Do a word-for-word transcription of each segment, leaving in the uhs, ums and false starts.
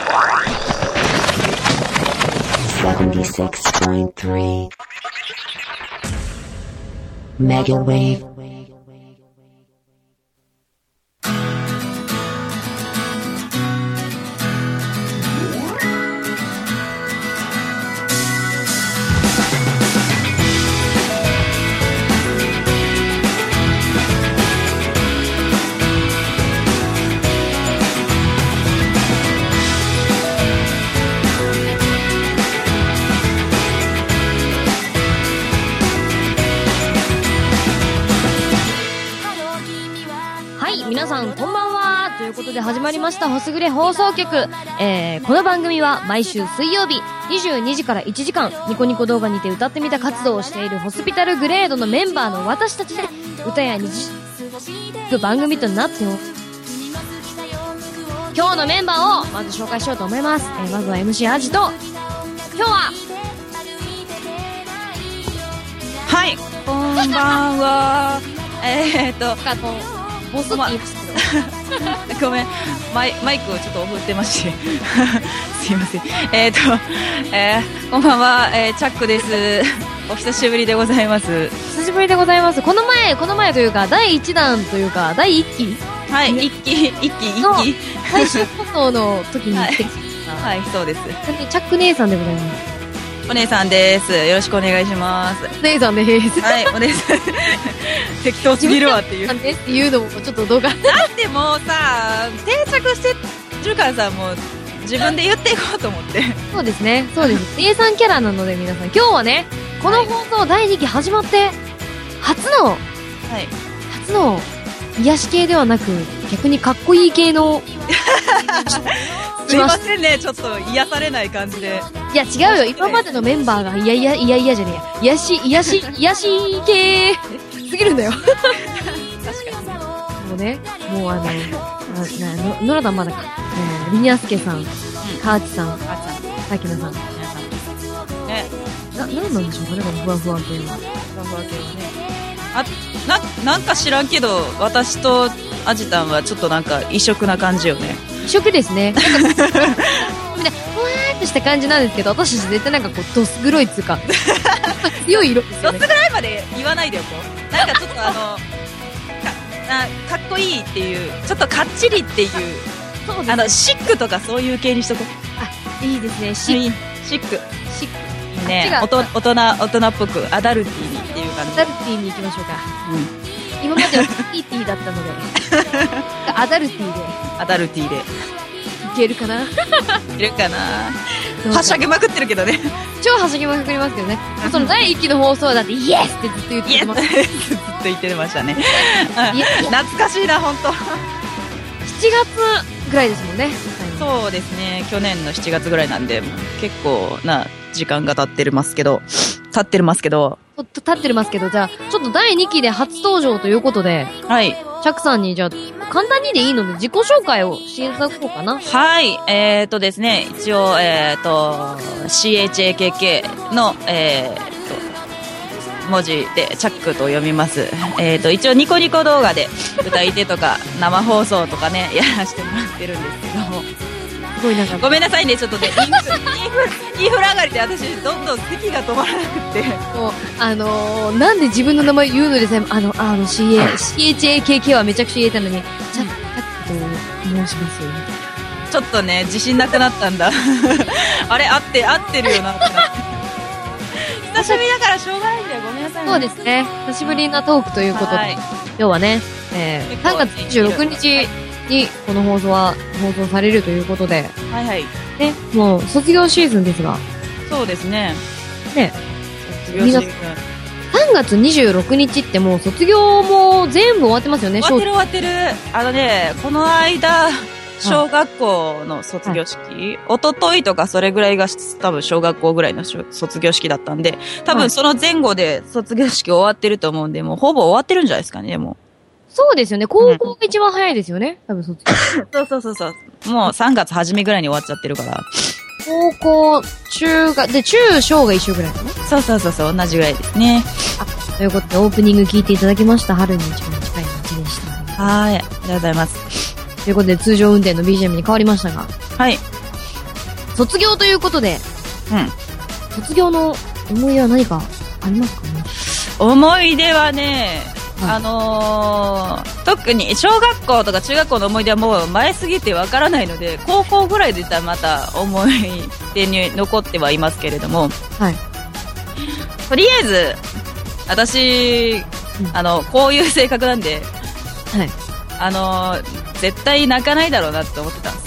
seventy-six point three Mega Wave. 皆さんこんばんはということで始まりましたホスグレ放送局、えー、この番組は毎週水曜日にじゅうにじからいちじかんニコニコ動画にて歌ってみた活動をしているホスピタルグレードのメンバーの私たちで歌や日常番組となっており今日のメンバーをまず紹介しようと思います、えー、まずは エムシー アジト今日ははいこんばんはえーっとボスって言いましたけどごめんマイ、マイクをちょっとオフってましてすいませんえーと、えー、こんばんは、えー、チャックですお久しぶりでございます久しぶりでございますこの前この前というかだいいちだんというかだいいっきはい一期一期一期最終放送の時に来てはい、はい、そうですチャック姉さんでございますお姉さんです。よろしくお願いします。 お姉さんです。 はい、お姉さん。適当すぎるわっていう。 なんでっていうのもちょっと動画。 だってもうさ、定着してるからさ、もう自分で言っていこうと思って。 そうですね、そうです。姉さんキャラなので皆さん、今日はね、この放送だいにき始まって、初の、はい、初の癒し系ではなく、逆にかっこいい系の、 すいませんね、ちょっと癒されない感じで。 いや違うよ、今までのメンバーがいやいやいやいやじゃねえや、癒し癒し癒し系すぎるんだよ。確かに。もうね、もうあの、あのノラダまだか、リニャスケさん、カーチさん、さきなさん、ね、な、なんなんでしょうかね、このふわふわ系は。ふわふわ系はね。 あ、な、なんか知らんけど、私とアジタンはちょっとなんか異色な感じよね。 異色ですね。なんかふわーっとした感じなんですけど、私たち絶対なんかこうどす黒いっつうか強い色ですよね。 どすぐらいまで言わないでよこう。なんかちょっとあのか, あかっこいいっていうちょっとかっちりっていう、そうですね、あのシックとかそういう系にしとこう。 あ、いいですね。シックシックシックね、おと大人大人っぽくアダルティーにっていう感じ。 アダルティーに行きましょうか。うん、今まではスキーティーだったのでアダルティーでアダルティーでいけるかな。いけるかな。はしゃぎまくってるけどね。 超はしゃぎまくりますけどね。そのだいいっきの放送はだってイエスってずっと言ってます。ずっと言ってましたね。懐かしいな本当。 しちがつぐらいですもんね。 そうですね。去年のしちがつぐらいなんで結構な時間が経ってますけど、経ってますけど、 経ってますけど、じゃあちょっとだいにきで初登場ということで、 はい。 チャックさんにじゃあ簡単にでいいので自己紹介をしていただこうかな。 はい。えーとですね、一応えーと シーエイチエーケーケー のえーと文字でチャックと読みます。えーと一応ニコニコ動画で歌い手とか生放送とかねやらせてもらってるんですけども。すごいなんかごめんなさいね、ちょっとね、インフ、インフ、インフラ上がりで私、どんどん咳が止まらなくて。 もう、あのー、なんで自分の名前言うのでさえ、あの、あの、シーエイチエーケーケー はめちゃくちゃ言えたのに、チャックと申しますよ、みたいな。 ちょっとね、自信なくなったんだ。あれ、合って、合ってるよなってなって。久しぶりだからしょうがないんだよ、ごめんなさい、ね。 そうですね。久しぶりなトークということで、はい、今日はね、えー、さんがつにじゅうろくにち、にこの放送は放送されるということで、 はいはい。 ね、もう卒業シーズンですが。 そうですね。 ね、 卒業シーズン。 さんがつにじゅうろくにちってもう卒業も全部終わってますよね。 終わってる終わってる。あのね、この間、小学校の卒業式、はい、一昨日とかそれぐらいが多分小学校ぐらいの卒業式だったんで、多分その前後で卒業式終わってると思うんで、もうほぼ終わってるんじゃないですかね、もう。 そうですよね。高校が一番早いですよね。うん、多分卒業。そうそうそうそう。もうさんがつ初めぐらいに終わっちゃってるから。 高校、中学、で、中小が一緒ぐらいかな。 そうそうそうそう、同じぐらいですね。 あ、ということでオープニング聞いていただきました。春に一番近い街でした。 はい、ありがとうございます。 ということで通常運転の ビージーエム に変わりましたが。 はい。 卒業ということで、 うん。 卒業の思い出は何かありますかね？ 思い出はね、 はいあのー、特に小学校とか中学校の思い出はもう前すぎてわからないので、高校ぐらいで言ったらまた思い出に残ってはいますけれども、 はい。 とりあえず、私、 うんあの、こういう性格なんで、 はい。 あのー、絶対泣かないだろうなって思ってたんです。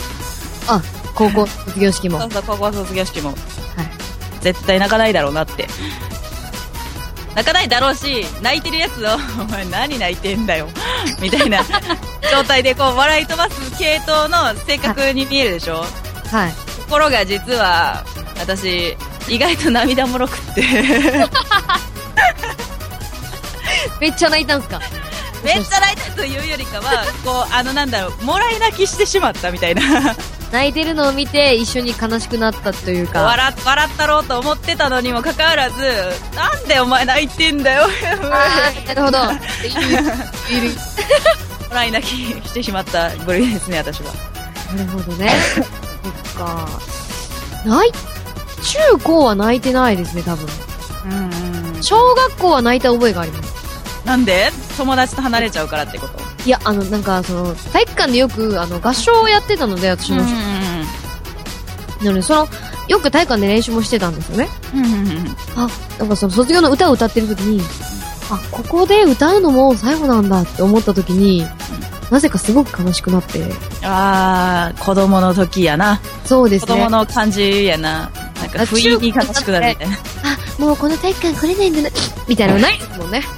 あ、高校卒業式も。 そうそう、高校卒業式も。 はい。 絶対泣かないだろうなって。泣かないだろうし、泣いてるやつを、お前何泣いてんだよ。みたいな状態でこう笑い飛ばす系統の性格に見えるでしょ。 はい。 ところが実は、私、意外と涙もろくって。 めっちゃ泣いたんすか？ めっちゃ泣いたというよりかは、こう、あのなんだろう、もらい泣きしてしまったみたいな。 泣いてるのを見て一緒に悲しくなったというか。 笑、笑ったろうと思ってたのにもかかわらず、なんでお前泣いてんだよ。 あー、なるほど。いる。いる。 もらい泣きしてしまった部類ですね、私は。 なるほどね。そっか。泣い、中高は泣いてないですね、多分。 うんうん。 小学校は泣いた覚えがあります。 なんで友達と離れちゃうからってこと？ いや、あの、なんか、その、体育館でよく、あの、合唱をやってたので、私の。なので、その、よく体育館で練習もしてたんですよね。 うんうんうん。 あ、なんかその卒業の歌を歌ってる時に、あ、ここで歌うのも最後なんだって思った時に、なぜかすごく悲しくなって。 あー、子供の時やな。 そうですね。 子供の感じやな。なんか不意に悲しくなるみたいな。 あ、もうこの体育館来れないんだな、みたいなのないですもんね。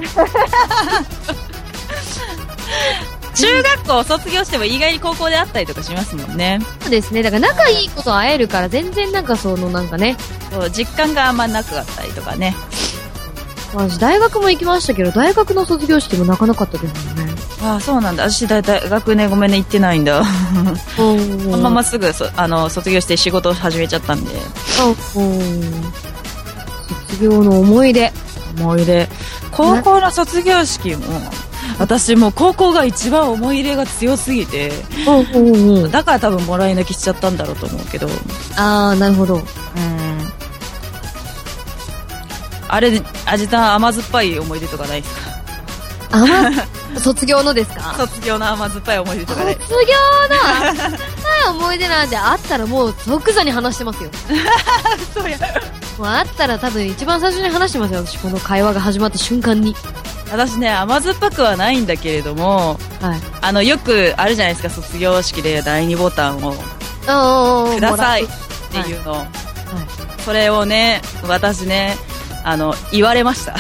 中学校卒業しても意外に高校で会ったりとかしますもんね。 そうですね。だから仲いい子と会えるから全然なんかそのなんかね。 そう、実感があんまなかったりとかね。 私大学も行きましたけど、大学の卒業式も泣かなかったですもんね。 ああ、そうなんだ。私大学ね、ごめんね、行ってないんだ。そのまますぐそあの卒業して仕事を始めちゃったんで。 卒業の思い出。 思い出。高校の卒業式も、私もう高校が一番思い入れが強すぎて、だから多分もらい泣きしちゃったんだろうと思うけど。 あー、なるほど。うん。 あれ、味た甘酸っぱい思い出とかないですか？ 甘卒業のですか？ 卒業の甘酸っぱい思い出とかない。 卒業の甘酸っぱい思い出なんてあったらもう即座に話してますよ。 そうや。 もうあったら多分一番最初に話してますよ、私この会話が始まった瞬間に。 私ね、甘酸っぱくはないんだけれども、はい、あの、よくあるじゃないですか、卒業式でだいにボタンをくださいっていうの。はいはい、それをね、私ね、あの、言われました。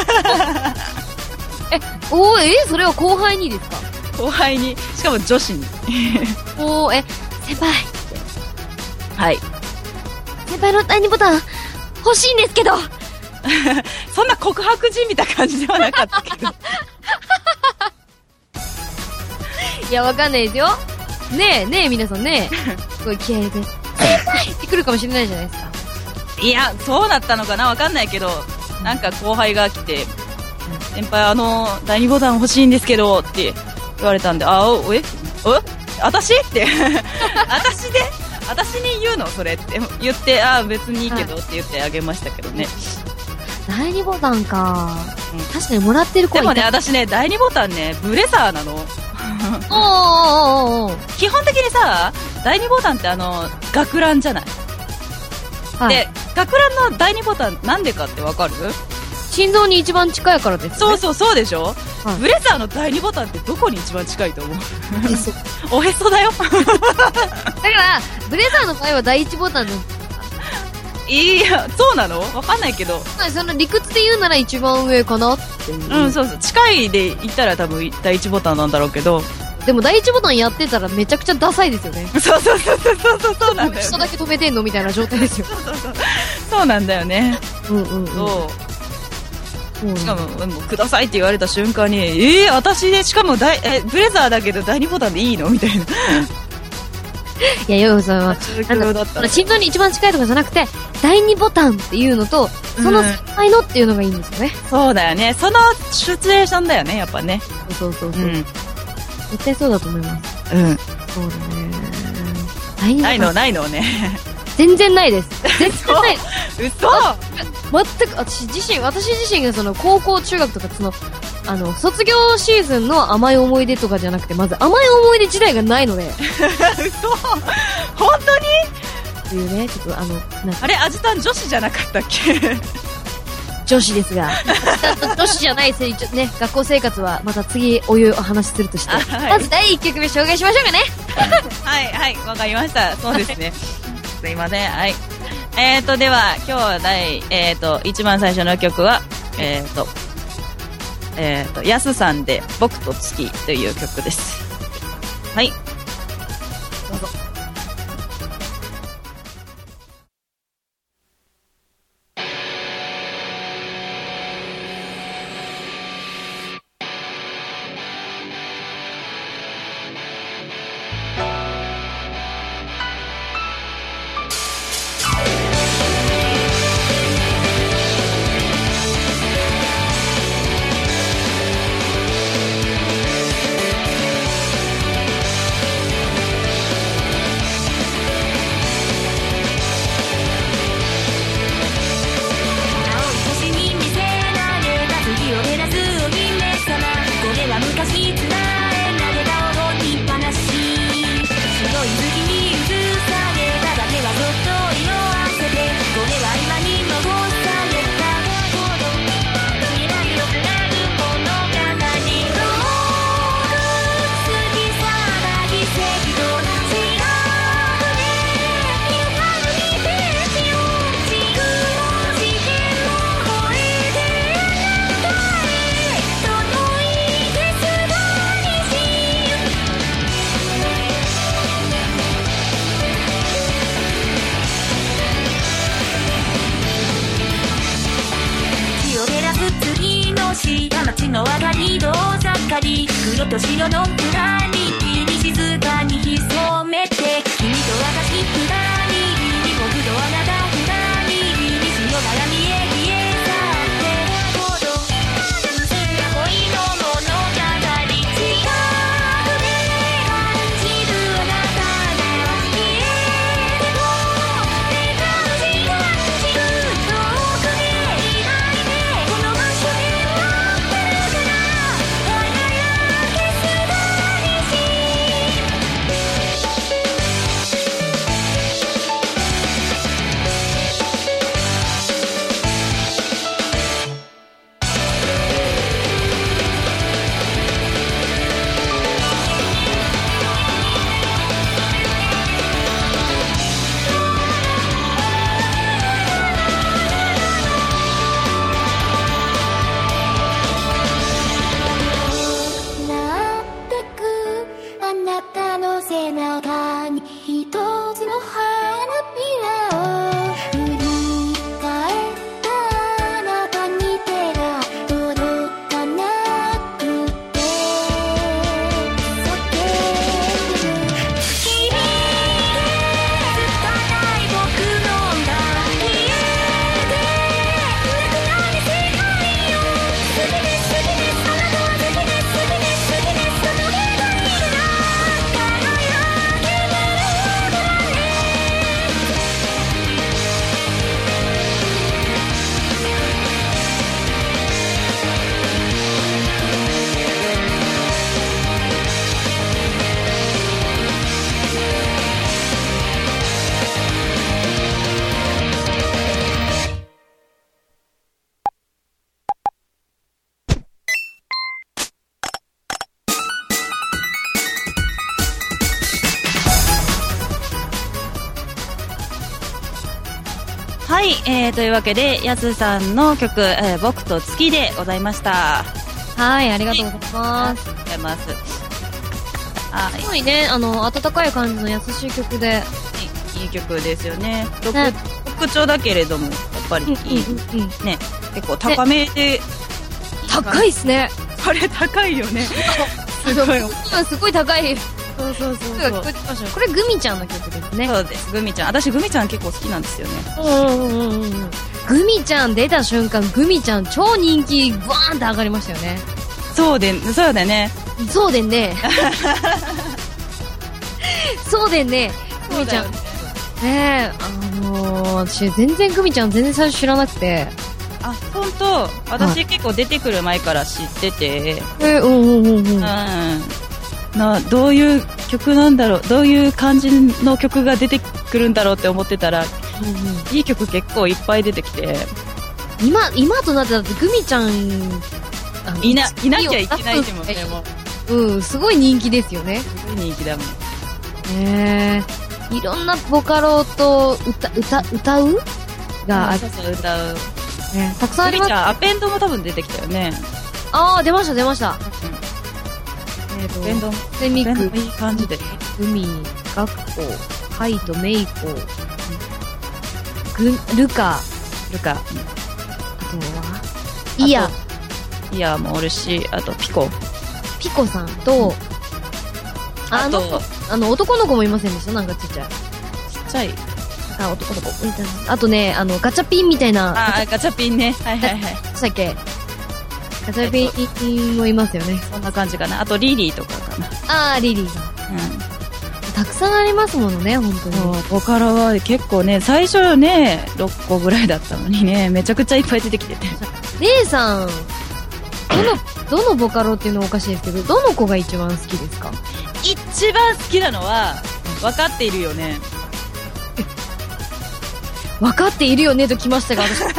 え、おー、え、それは後輩にですか？ 後輩に、しかも女子に。 おー、え、先輩って。 はい。 先輩のだいにボタン欲しいんですけど。 そんな告白じみた感じではなかったけど。 いや、わかんないですよ。ねえ、ねえ、皆さんねえ。すごい気合い入れて。ってくるかもしれないじゃないですか。 いや、そうだったのかなわかんないけど、なんか後輩が来て、先輩あの、だいにボタン欲しいんですけど、って言われたんで、あ、お、えお私って。私で私に言うのそれって言って、あ、別にいいけどって言ってあげましたけどね。 だいにボタンか、うん、確かにもらってる子いた。 でもね、私ね、だいにボタンね、ブレザーなの。おーおーおーおー。 基本的にさ、だいにボタンってあの、学ランじゃない、はい、で、学ランのだいにボタンなんでかってわかる？ 心臓に一番近いからですね。 そうそうそうでしょ、はい、ブレザーのだいにボタンってどこに一番近いと思う？おへそだよ。だから、 ブレザーの場合はだいいちボタンの。 いや、そうなの？わかんないけど。 その理屈で言うなら一番上かなっていう。 うん、そうそう。近いで言ったら多分だいいちボタンなんだろうけど。 でもだいいちボタンやってたらめちゃくちゃダサいですよね。 そうそうそうそうそうそうなんだよ、ね。 下だけ止めてんのみたいな状態ですよ。 そうそうそう。そうなんだよね。 うんうんうん。そう。 しかも、もうくださいって言われた瞬間に、えー、私で、しかもだいえブレザーだけどだいにボタンでいいのみたいな。 いや、ヨウさんは、心臓に一番近いとかじゃなくて、だいにボタンっていうのと、その先輩のっていうのがいいんですよね。 うん、そうだよね。そのシチュエーションだよね、やっぱね。 そうそうそうそう、うん。絶対そうだと思います。 うん。 そうだね。 ないの、ないのね。 全然ないです。全然ない。 嘘全く、私自身、私自身がその、高校、中学とか、その、あの、卒業シーズンの甘い思い出とかじゃなくて、まず甘い思い出自体がないので。 嘘本当にっていうね、ちょっとあの、なんかあれ、アジタン女子じゃなかったっけ女子ですが。女子じゃないせい、ちょね、学校生活はまた次お湯お話しするとして。はい、まずだいいっきょくめ紹介しましょうかね。 はい、はい、わかりました。そうですね。すいません。はい。えーと、では、今日は第、えーと、一番最初の曲は、えーと、えーと、ヤスさんで、僕と月という曲です。はい。どうぞ。 黒と白のプラに静かに潜めて君と私プラに僕とあなたプラに西の並みへ消え去ってほど恋の物語近くで感じるあなたが消えても手がしがちぐ遠くでいないでこの場所で待ってる背中に一つの花びらを振り返ったあなたに手が届かなくて叫ぶ君で拙い僕のが消えてなくなる世界よ好きです好きですあなたは好きです好きです好きですその願いがはい、えー、というわけで、やすさんの曲、えー、僕と月でございました。 はい、ありがとうございます。 ありがとうございます。 はい。すごいね、あの、温かい感じの優しい曲で。 いい曲ですよね。 ね特徴だけれども、やっぱりいい。 うんうんうん、 ね、結構高めで。 高いっすね。 これ高いよね。すごい。 すごい高い。 そうそうそうそう。これグミちゃんの曲ですね。 そうです、グミちゃん。私グミちゃん結構好きなんですよね。 うんうんうんうん。グミちゃん出た瞬間、グミちゃん超人気、バーンって上がりましたよね。 そうで、そうだね。 そうでんね。そうでんね。グミちゃん。ねえ、あのは私、全然グミちゃん全然最初知らなくて。 あ、ほんと私結構出てくる前から知ってて。 え、うんうんうんうん。うん。 な、どういう曲なんだろう、どういう感じの曲が出てくるんだろうって思ってたら、うんうん、いい曲結構いっぱい出てきて。 今、今となってだってグミちゃん、 いな、いなきゃいけないでもね、もう。うん、すごい人気ですよね。 すごい人気だもん。 へえ。いろんなボカロと歌、歌、歌うがある。 そうそう、歌う。 ね、たくさんあります。 グミちゃん、アペンドも多分出てきたよね。 あー、出ました出ました。えっと、 アペンドも。 セミク、 いい感じで。 グミ、ガクコ、カイト、メイコ、グ、ルカ、 ルカ。あとは、イヤ。 イヤもおるし、あとピコ。 ピコさんと、あの、あの、男の子もいませんでした？なんかちっちゃい。 ちっちゃい。 あ、男の子みたいな。あとね、あの、ガチャピンみたいな。 あ、ガチャピンね。はいはいはい。 したっけ？ガチャピンもいますよね。 そんな感じかな。あとリリーとかかな。 あー、リリーさん。うん。たくさんありますものね、本当に。 ボカロは結構ね、最初ね、ろっこぐらいだったのにね、めちゃくちゃいっぱい出てきてて。 レイさん、どの、どのボカロっていうのはおかしいですけど、どの子が一番好きですか？ 一番好きなのは、分かっているよね。 分かっているよねと来ましたが、私。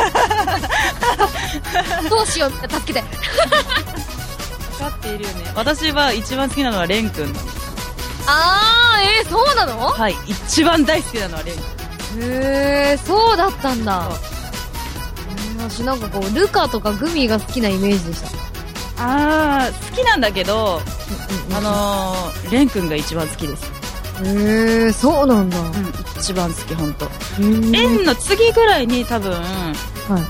どうしよう、助けて。 分かっているよね。私は一番好きなのはレン君なんです。 あー、えー、そうなの？ はい、一番大好きなのはレン君。 へー、そうだったんだ。私なんかこう、ルカとかグミが好きなイメージでした。 あー、好きなんだけど、うんうん、あのー、レン君が一番好きです。 へー、そうなんだ。うん、 一番好き、ほんと。レンの次ぐらいに多分、はい、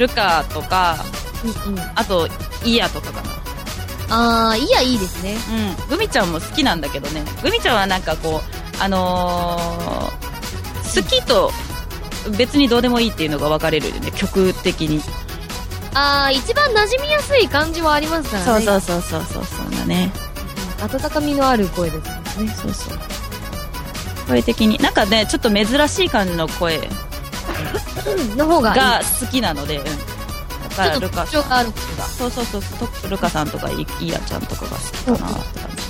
ルカとか、うんうん、あと、イヤとかかな。 あー、イヤいいですね。 うん。グミちゃんも好きなんだけどね。グミちゃんはなんかこう、あのー、好きと別にどうでもいいっていうのが分かれるよね、曲的に。 あー、一番馴染みやすい感じはありますからね。 そうそうそうそう、そうだね。 温かみのある声ですよね。 そうそう。声的に。なんかね、ちょっと珍しい感じの声の方がが好きなので、うん。だからルカさん。があるがそうそうそう、ルカさんとかイヤちゃんとかが好きかなって感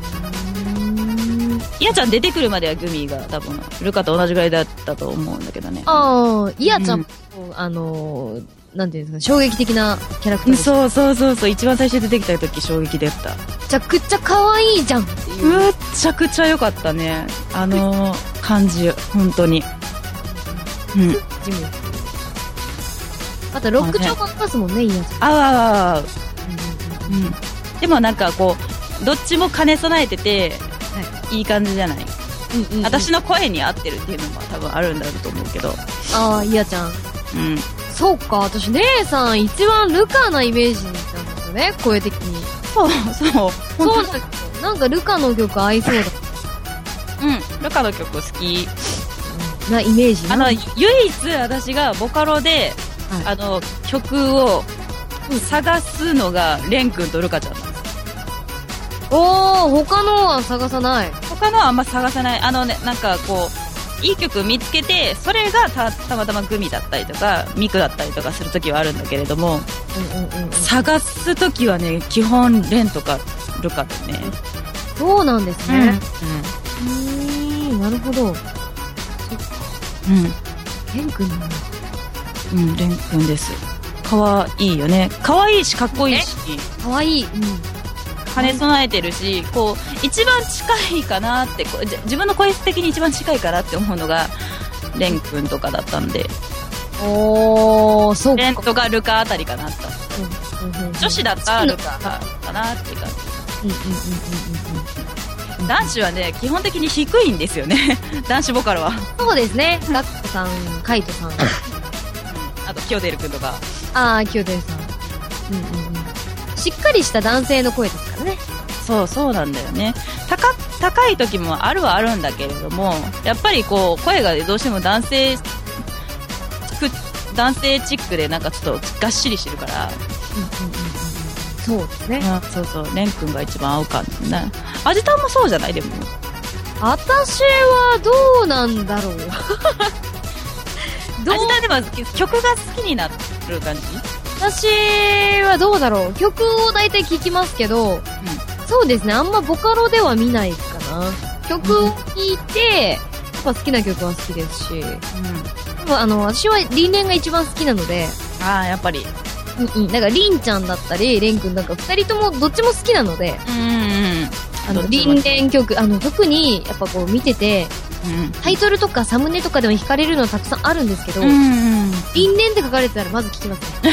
じ。イヤちゃん出てくるまではグミが多分、ルカと同じぐらいだったと思うんだけどね。 ああ、イヤちゃんも、うん、あのー、なんていうんですか、衝撃的なキャラクター。 そうそうそうそう、一番最初出てきた時衝撃だった。 めちゃくちゃ可愛いじゃんっていう。 めっちゃくちゃ良かったね。あのー、感じ、本当に。うん。ジム。 あと、ロック調もありますもんね、いいやつ。 ああ、ああ、うん。でもなんかこう、どっちも兼ね備えてて、はい、いい感じじゃない、うんうんうん、私の声に合ってるっていうのも多分あるんだろうと思うけど。 ああ、いやちゃん。 うん。 そうか、私、姉さん一番ルカなイメージなんですよね、声的に。 そうそう。 そうだけど、なんかルカの曲合いそうだ。 うん、ルカの曲好き。 なイメージ。 あの、唯一私がボカロで、はい、あの、曲を探すのがレン君とルカちゃんなんです。 おー、他のは探さない。 他のはあんま探さない。あのね、なんかこう、いい曲見つけて、それが た, たまたまグミだったりとか、ミクだったりとかするときはあるんだけれども、うんうんうんうん、探すときはね、基本レンとかルカでね。 そうなんですね。うん。うん、うーん、なるほど。そっか。 うん。 レン君なんだ。 うん、レン君です。かわいいよね。かわいいし、かっこいいし。 かわいい。うん。 兼ね備えてるし、こう、一番近いかなってこう、自分の声質的に一番近いかなって思うのが、レン君とかだったんで。 おー、そうか。 レンとかルカあたりかなって。うんうんうん、女子だったらルカかなっていう感じ。うんうんうんうんうん。男子はね、基本的に低いんですよね。男子ボカロは。 そうですね。ガッコさん、カイトさん。 あと、キヨデル君とか。 あー、キヨデルさん。うんうんうん。しっかりした男性の声ですからね。 そうそうなんだよね。高、高い時もあるはあるんだけれども、やっぱりこう、声がどうしても男性、男性チックでなんかちょっとがっしりしてるから。 うんうんうんうん。そうですね。 あ、そうそう。レン君が一番合うかね。アジタンもそうじゃないでも。 私はどうなんだろう。 どうアジタも曲が好きになる感じ？ 私はどうだろう。曲を大体聴きますけど、うん、そうですね。あんまボカロでは見ないかな。曲を聴いて、やっぱ好きな曲は好きですし、うん、でもあの、私はリンレンが一番好きなので、 ああ、やっぱり。 うんうん。だからリンちゃんだったり、レン君なんか二人ともどっちも好きなので、 うんうん。 あの、リンレン曲、あの、特にやっぱこう見てて、うん、タイトルとかサムネとかでも惹かれるのはたくさんあるんですけど、うんうん、リンレンって書かれてたらまず聞きますね。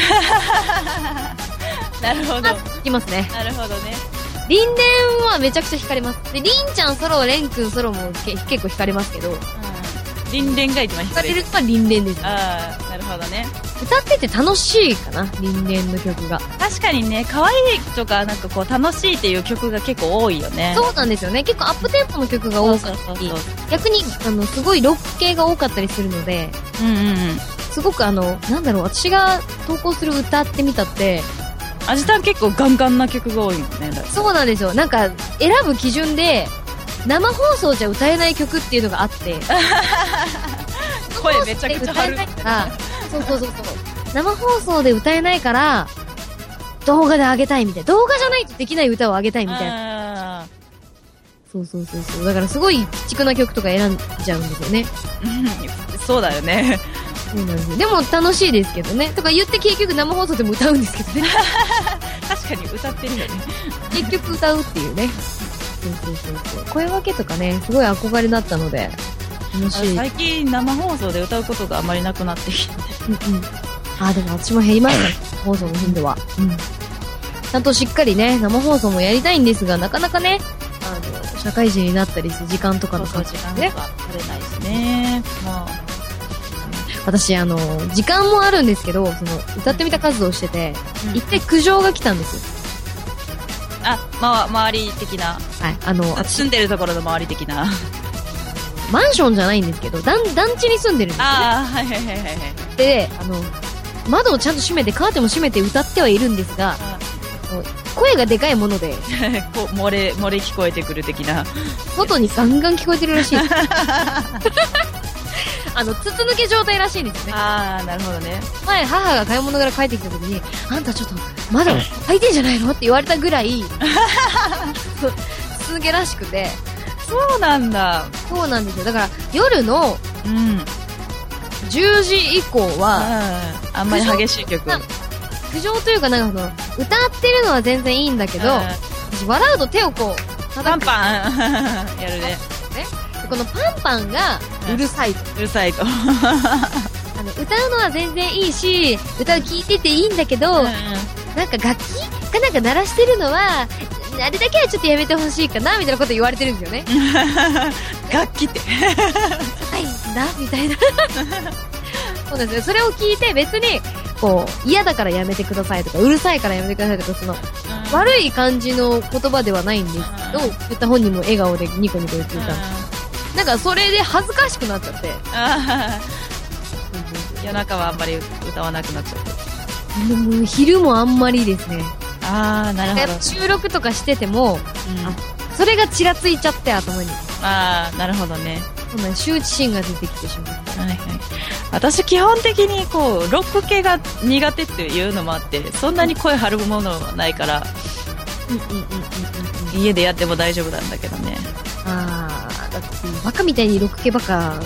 なるほど。 まず聞きますね。 なるほどね。 リンレンはめちゃくちゃ惹かれます。で、リンちゃんソロ、レン君ソロもけ結構惹かれますけど、うん、 リンレンが一番惹かれる。 惹かれるのはリンレンです、ね。 ああ、なるほどね。 歌ってて楽しいかな、リンレンの曲が。 確かにね、可愛いとかなんかこう楽しいっていう曲が結構多いよね。 そうなんですよね。結構アップテンポの曲が多かったり、逆にあのすごいロック系が多かったりするので、 うんうんうん、 すごくあのなんだろう、私が投稿する歌ってみたって、 アジタン結構ガンガンな曲が多いもんね。 そうなんですよ。なんか選ぶ基準で生放送じゃ歌えない曲っていうのがあって、 声めちゃくちゃ張る。 そうそうそうそう。生放送で歌えないから、動画で上げたいみたいな。動画じゃないとできない歌を上げたいみたいな。そうそうそうそう。だからすごい鬼畜な曲とか選んじゃうんですよね。 そうだよね。 そうなんですよ。でも楽しいですけどね。とか言って結局生放送でも歌うんですけどね。 確かに歌ってるよね。 結局歌うっていうね。そうそうそうそう。声分けとかね、すごい憧れだったので。楽しい。 最近生放送で歌うことがあまりなくなってきて。 うんうん。あ、でも私も減りましたね。放送の頻度は。うん。ちゃんとしっかりね、生放送もやりたいんですが、なかなかね、あの、社会人になったりする時間とかの感じがね。取れないしね。まあ。 私、あの、時間もあるんですけど、その、歌ってみた活動をしてて、うん、一回苦情が来たんですよ。 あ、ま、周り的な。 はい、あの、 住んでるところの周り的な。 マンションじゃないんですけど、団、団地に住んでるんですよね。 ああ、はいはいはいはい。 で、あの、窓をちゃんと閉めて、カーテンも閉めて歌ってはいるんですが、声がでかいもので、 こう漏れ、漏れ聞こえてくる的な。 外にガンガン聞こえてるらしいです。あの、筒抜け状態らしいんですよね。 ああ、なるほどね。 前、母が買い物から帰ってきた時に、あんたちょっと、窓開いてんじゃないのって言われたぐらい、筒抜けらしくて。 そうなんだ。 そうなんですよ。だから、夜の、うん。じゅうじ以降は、 あんまり激しい曲。 苦情というかなんかその、歌ってるのは全然いいんだけど、私笑うと手をこう、 パンパンやるね。ね。 このパンパンがうるさいと。 うるさいと。あの、歌うのは全然いいし、歌を聴いてていいんだけど、うん、なんか楽器かなんか鳴らしてるのは、あれだけはちょっとやめてほしいかなみたいなこと言われてるんですよね。 楽器って。 はい、なみたいな。そうですよ。それを聞いて別に、こう、嫌だからやめてくださいとか、うるさいからやめてくださいとか、その、うん、悪い感じの言葉ではないんですけど、言った本人も笑顔でニコニコ言っていた。なんかそれで恥ずかしくなっちゃって。 夜中はあんまり歌わなくなっちゃった。 もう昼もあんまりですね。 ああ、なるほど。 収録とかしてても、うん、あ、それがちらついちゃって頭に。 ああ、なるほどね。 そんな羞恥心が出てきてしまった。はいはい。 私基本的にこうロック系が苦手っていうのもあって、そんなに声張るものはないから、うんうんうんうん、家でやっても大丈夫なんだけどね。 ああ、だってバカみたいにロック系バカ。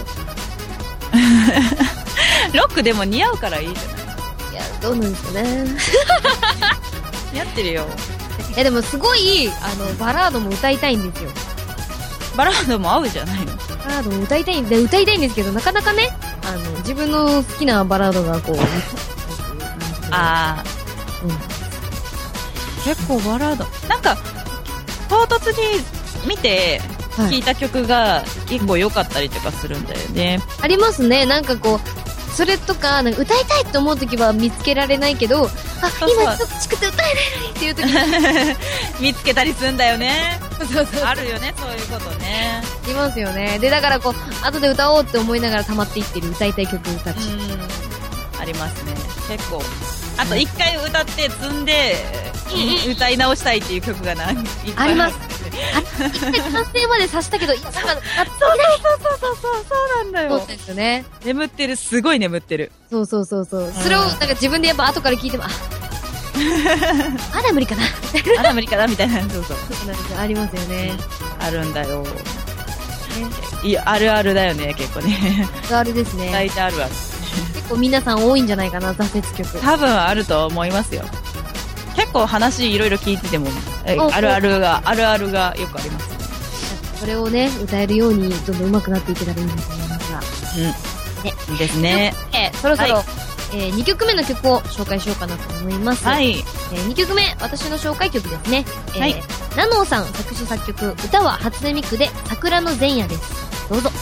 ロックでも似合うからいいじゃない。 いや、どうなんですかね。 似合ってるよ。 いやでもすごいあのバラードも歌いたいんですよ。 バラードも合うじゃないの。 バラードも歌いたいんで歌いたいんですけど、なかなかね、あの自分の好きなバラードがこう。 ああ、うん。結構バラードなんか唐突に見て聴いた曲が結構良かったりとかするんだよね。 ありますね。なんかこう。それとか、なんか歌いたいと思うときは見つけられないけど、あ、そうそう今ちょっとチクって歌えないのにっていうとき見つけたりするんだよね。 そうそうそう。 あるよね、そういうことね。 いますよね。で、だからこう、後で歌おうって思いながら溜まっていってる歌いたい曲たち。 ありますね。結構。あと一回歌って積んで、うん、歌い直したいっていう曲が何いっぱいあります。 一回完成までさしたけど、いつか、あ、 そうそうそうそうそう、そうなんだよ。 そうですよね。 眠ってる、すごい眠ってる。 そうそうそうそう。それを、なんか自分でやっぱ後から聞いても、あ、まだ無理かな。 まだ無理かなみたいな、そうそう。 そうなんですよ。ありますよね。 あるんだよ。いや、あるあるだよね、結構ね。 あれですね。 大体あるある。 結構皆さん多いんじゃないかな、挫折曲。 多分あると思いますよ。結構話いろいろ聞いてても、えおあるあるが、あるあるがよくあります。 それをね、歌えるようにどんどん上手くなっていけたらいいなと思いますが。 うん。ね。いいですね。 えー、そろそろ、 はいえー、にきょくめの曲を紹介しようかなと思います。 はい。 えー、にきょくめ、私の紹介曲ですね。えー、 はいナノーさん作詞作曲、歌は初音ミクで桜の前夜です。どうぞ。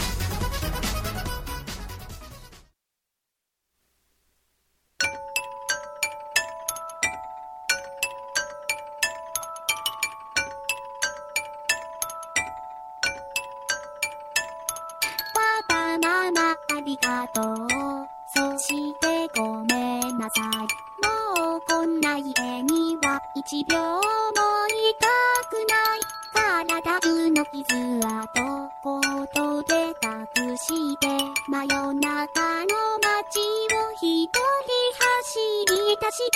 パパママありがとう。そしてごめんなさい。もうこんな家には一秒もいたくない。体中の傷跡ことで隠して真夜中の街を一人走り出した。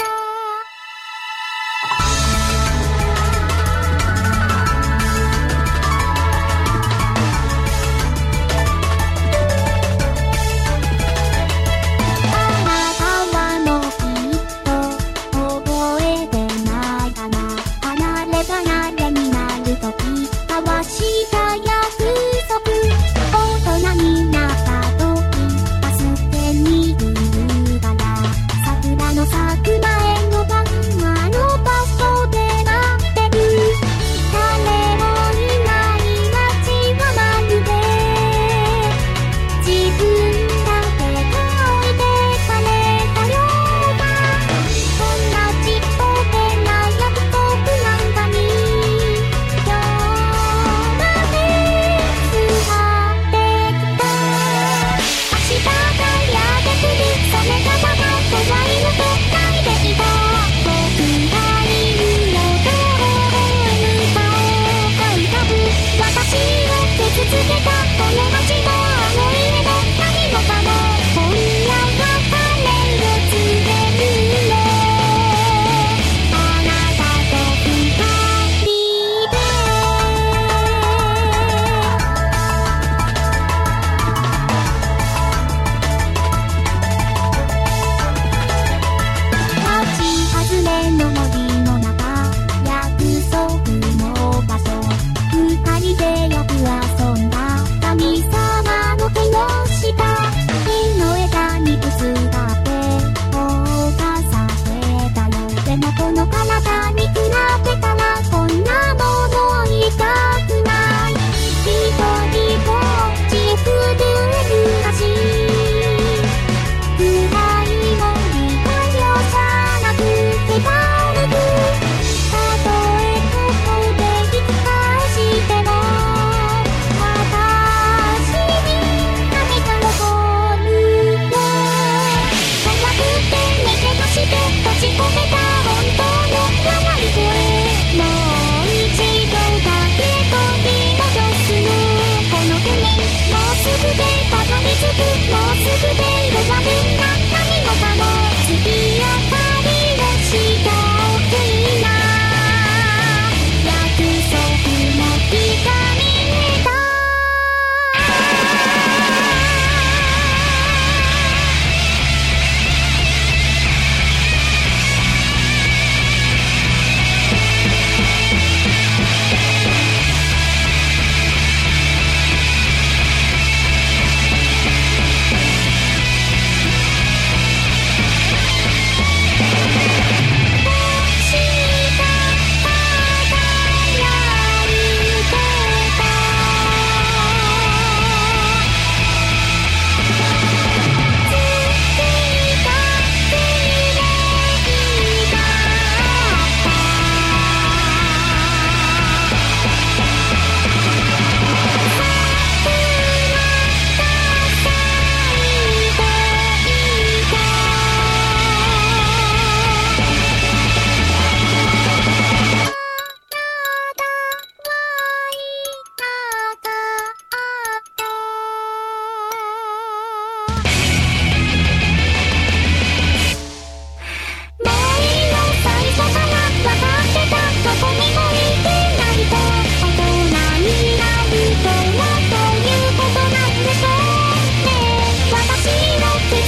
二人でよく遊んだ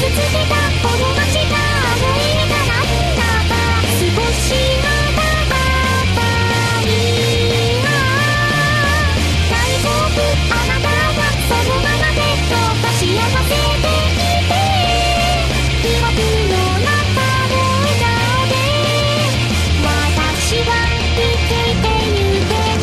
けたこの街があの家がなんだか少しまだばかりは大丈夫あなたはそのままでどうか幸せでいて記憶の中の笑顔で私は生きてゆける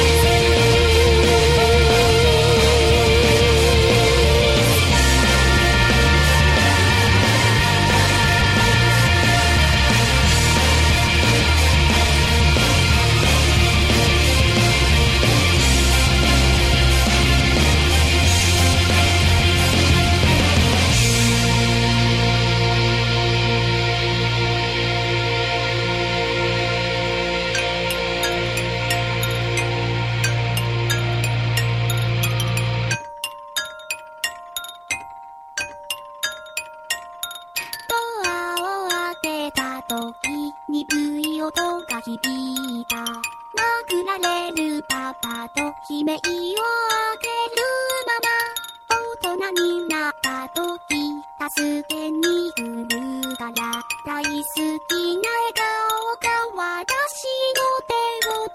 ドアを開けた時鈍い音が響いた殴られるパパと悲鳴を上げるまま大人になった時助けに来るから大好きな笑顔が私の手を取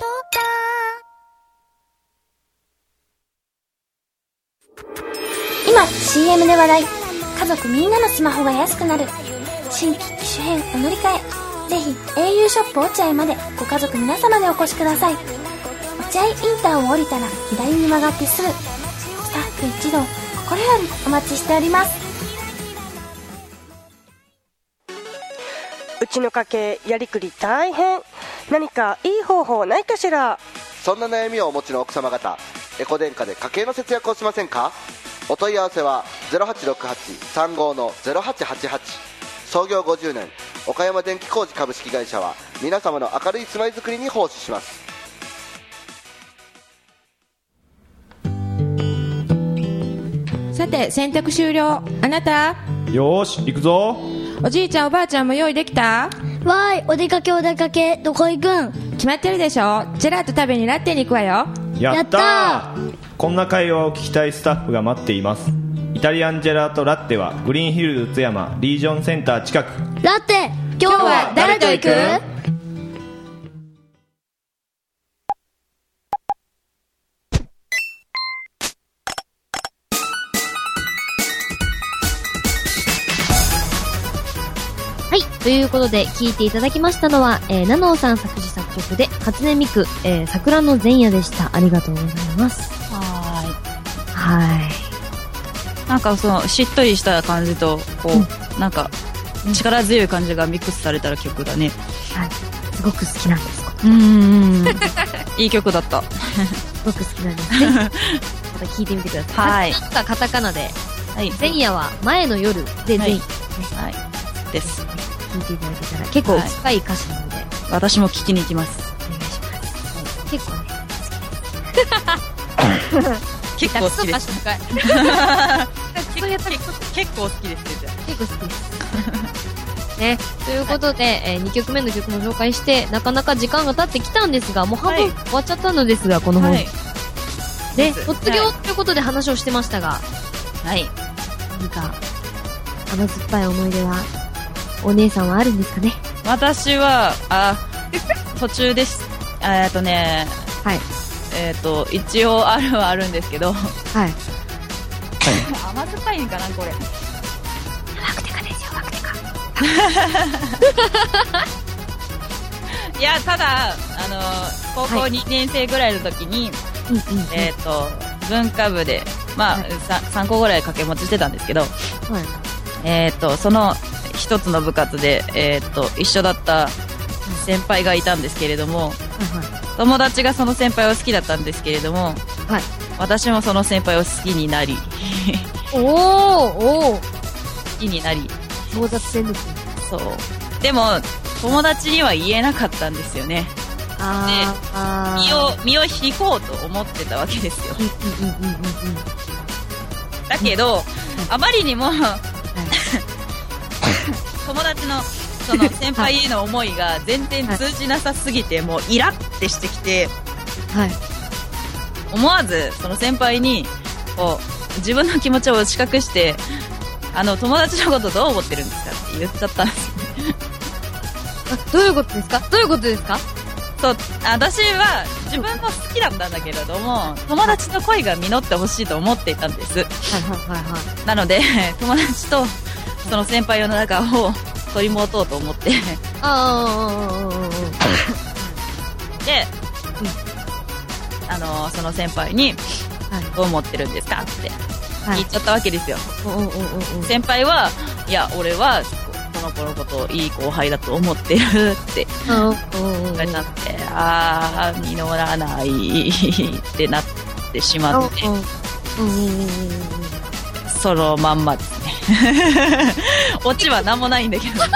った今 シーエム で話題家族みんなのスマホが安くなる新規機種変お乗り換えぜひ エーユー ショップ落合までご家族皆様でお越しください。落合インターを降りたら左に曲がってすぐスタッフ一同心よりお待ちしております。 うちの家計やりくり大変何かいい方法ないかしら。 そんな悩みをお持ちの奥様方エコ電化で家計の節約をしませんか。お問い合わせは ゼロはちろくはち さんご の ゼロはちはちはち創業ごじゅうねん岡山電気工事株式会社は皆様の明るい住まいづくりに奉仕します。 さて洗濯終了。あなたよーし行くぞ。 おじいちゃんおばあちゃんも用意できた？ わーい、お出かけお出かけ、どこ行くん？ 決まってるでしょ。ジェラート食べにラッテに行くわよ。 やったー。やったー。こんな会話を聞きたいスタッフが待っています。イタリアンジェラートラッテはグリーンヒルズ津山リージョンセンター近く。 ラッテ今日は誰と行く？ はい。ということで、聴いていただきましたのは、えー、ナノーさん作詞作曲で、初音ミク、えー、桜の前夜でした。ありがとうございます。 はーい。 はい。 なんかその、しっとりした感じと、こう、うん、なんか、力強い感じがミックスされた曲だね。 はい。すごく好きなんです。 うーん。いい曲だった。 すごく好きなんですね。また聴いてみてください。 はい。 なんかカタカナで、 はい。 前夜は前の夜で前夜、ね。 はい。です。 聞いていただけたら結構深い歌詞なので、はい、 私も聞きに行きます。 お願いします。結構ね、 結構好きです。 そうやったら結構好きです。 結構好きです。ね、ということで、はい、えー、にきょくめの曲も紹介して、なかなか時間が経ってきたんですが、もう半分終わっちゃったのですが、この本。はい、で、卒業ということで話をしてましたが、 はい。 何か、甘酸っぱい思い出は、お姉さんはあるんですかね。 私は、あ、途中です。えっとね、 はい。 えっと、一応あるはあるんですけど、はい。甘酸っぱいんかな、これ。 ワクテカですよ、ワクテカ。 いや、ただ、あの、高校にねん生ぐらいの時に、はい、えっと、文化部で、まあ、はい、さんこぐらい掛け持ちしてたんですけど、はい、えっと、その、一つの部活で、えー、っと一緒だった先輩がいたんですけれども、はいはい、友達がその先輩を好きだったんですけれども、はい、私もその先輩を好きになりおーおー好きになり友達戦ですね。 そうでも友達には言えなかったんですよね。 あで身を身を引こうと思ってたわけですよ。だけど、うん、あまりにも、はい友達のその先輩への思いが全然通じなさすぎて、もうイラってしてきて、はい、思わずその先輩にこう自分の気持ちを打ち隠して、 あの、友達のことどう思ってるんですかって言っちゃったんですよね。 あ、どういうことですかどういうことですかそう、私は自分の好きだったんだけれども、友達の恋が実ってほしいと思っていたんです。はいはいはいはい。 なので、友達とその先輩の仲を取り持とうと思って。 ああ、ああ、ああ、ああ。 で、うん、あの、その先輩に、はい、どう思ってるんですかって言っちゃったわけですよ。はい、先輩は、いや、俺は、この子のことをいい後輩だと思ってるって言われたって、あー、実らないってなってしまって、そのまんまですね。オチは何もないんだけど。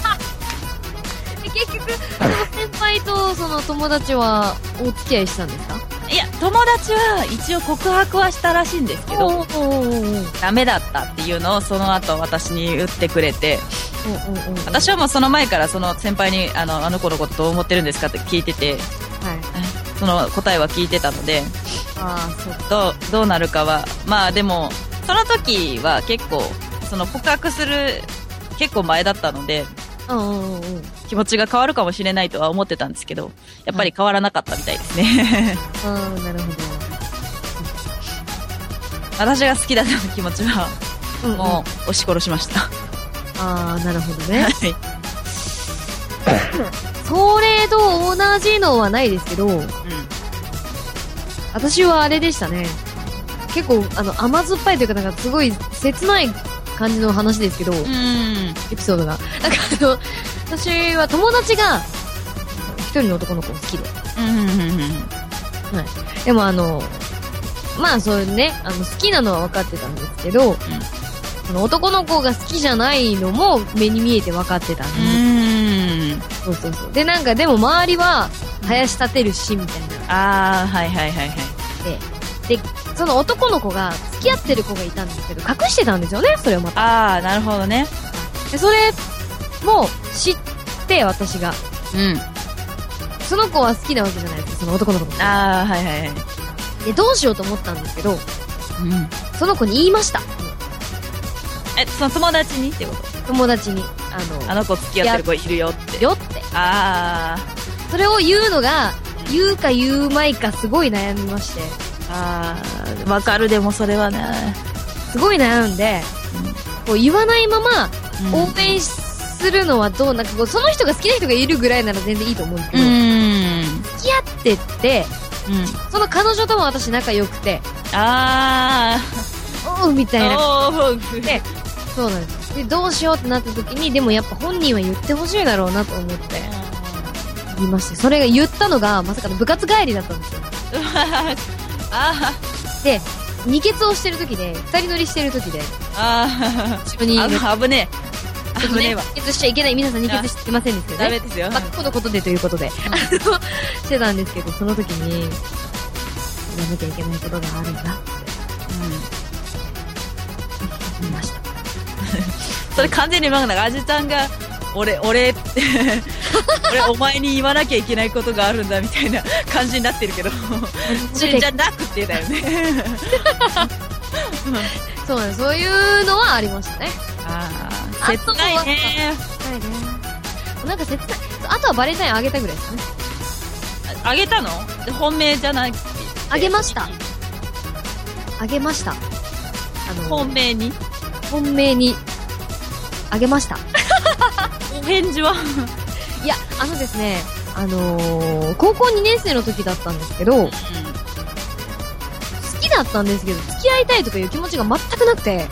結局、その先輩とその友達はお付き合いしたんですか？ いや、友達は一応告白はしたらしいんですけど、ダメだったっていうのをその後私に言ってくれて、私はもうその前からその先輩にあの、あの子のことどう思ってるんですかって聞いてて、はい、その答えは聞いてたので、あそうどう、どうなるかは、まあでも、その時は結構、その告白する結構前だったので、気持ちが変わるかもしれないとは思ってたんですけど、やっぱり変わらなかったみたいですね。 ああ、なるほど。 私が好きだった気持ちは、うんうん、もう押し殺しました。 ああ、なるほどね。はい。それと同じのはないですけど、うん、私はあれでしたね。結構、あの、甘酸っぱいというか、なんかすごい切ない感じの話ですけど、うん、エピソードが。なんかあの、私は友達が、一人の男の子好きで。はい。でもあの、まあそうね、あの、好きなのは分かってたんですけど、うん、その男の子が好きじゃないのも目に見えて分かってたんで。うん。そうそうそう。で、なんかでも周りは、林立てるし、みたいな。あー、はいはいはいはい。 で、で、その男の子が付き合ってる子がいたんですけど、隠してたんですよね、それをまた。 ああ、なるほどね。 で、それも知って、私が。うん。その子は好きなわけじゃないですか、その男の子の。 ああ、はいはいはい。 で、どうしようと思ったんですけど、うん。その子に言いました。 え、その友達にってこと？ 友達に。あの、 あの子付き合ってる子いるよって。 よって。 ああ。 それを言うのが、言うか言うまいかすごい悩みまして。 ああ、わかる、でもそれはね。 すごい悩んで、うん、こう言わないまま、応援するのはどうなんかこう、その人が好きな人がいるぐらいなら全然いいと思うんですけど、うん、付き合ってって、うん、その彼女とも私仲良くて、あー、おうみたいな。で、そうなんです。で、どうしようってなった時に、でもやっぱ本人は言ってほしいだろうなと思って、言いまして、それが言ったのが、まさかの部活帰りだったんですよ。あで、二欠をしてる時で、二人乗りしてる時で、ああ、後ろに、 あ、危ねえ。危ねえわ。二欠しちゃいけない。皆さん二欠してませんですけどね。 ダメですよ。 まあ、このことでということで、あの、してたんですけど、その時に、やらなきゃいけないことがあるんだって、うん。言いました。 それ完全になんか、あじちゃんが、俺、俺って、俺、お前に言わなきゃいけないことがあるんだみたいな感じになってるけど、じゃなくてだよね。 そうなんです。そういうのはありましたね。 ああ、切ないね。切ないね。 なんか切ない。あとはバレンタインあげたぐらいですね。 あげたの？本命じゃない？ あげました。あげました。あの、本命に？ 本命に、あげました。 お返事は？ いや、あのですね、あのー、高校にねん生の時だったんですけど、うん、好きだったんですけど、付き合いたいとかいう気持ちが全くなくて。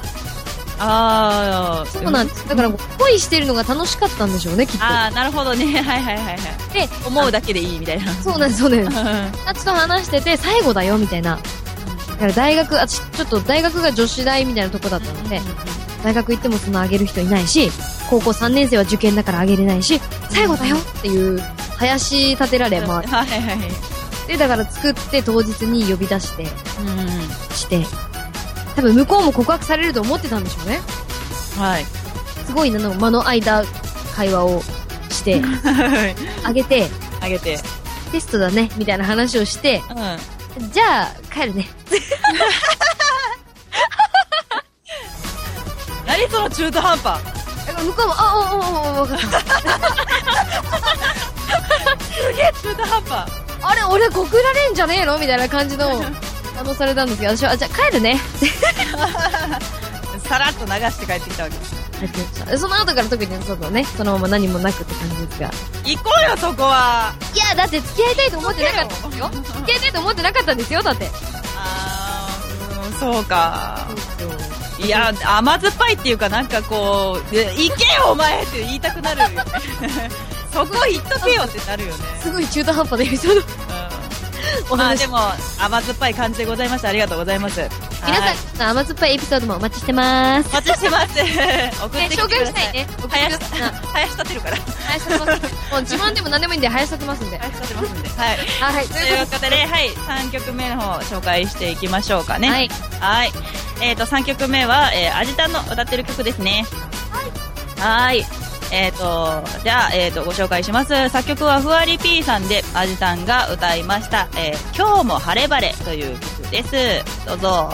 ああ、 そうなんです。だから恋してるのが楽しかったんでしょうね、きっと。 ああ、なるほどね。はいはいはいはい。で、思うだけでいいみたいな。 そうなんです、そうなんです。あっちと話してて、最後だよ、みたいな。だから大学、あち、ちょっと大学が女子大みたいなとこだったので、大学行ってもそのあげる人いないし、高校さんねん生は受験だからあげれないし、最後だよっていう、林立てられ、まあ。はいはいはい。で、だから作って当日に呼び出して、うん、して、多分向こうも告白されると思ってたんでしょうね。はい。すごいなの、間の間、会話をして、あげて、 あげて、 テストだね、みたいな話をして、うん、じゃあ、帰るね。 何その中途半端。 向こうも、あ、おおおお、分かった。 すげえ中途半端。 あれ、俺告られんじゃねえのみたいな感じの反応されたんですけど、私は、じゃあ帰るね。 さらっと流して帰ってきたわけです。 その後から特にそうだね、そのまま何もなくって感じですが。 行こうよ、そこは。 いや、だって付き合いたいと思ってなかったんですよ。付き合いたいと思ってなかったんですよ、だって。 あー、うん、そうか。いや、甘酸っぱいっていうか、なんかこう、行けよお前って言いたくなるよね。そこ行っとけよってなるよね。 すごい中途半端なエピソード。 うん、まあでも、甘酸っぱい感じでございました。ありがとうございます。 皆さん、甘酸っぱいエピソードもお待ちしてます。 お待ちしてます。送ってきてください。 紹介したいね。 林立てるから。 林立てます。もう自慢でも何でもいいんで、林立てますんで。 林立てますんで。はい。 あ、はい。 ということで、はい。さんきょくめの方、紹介していきましょうかね。はい。はい。えっと、さんきょくめは、えー、アジタンの歌ってる曲ですね。はい。はい。えっと、じゃあ、えっと、ご紹介します。作曲はふわり P さんで、アジタンが歌いました。えー、今日も晴れ晴れという曲です。どうぞ。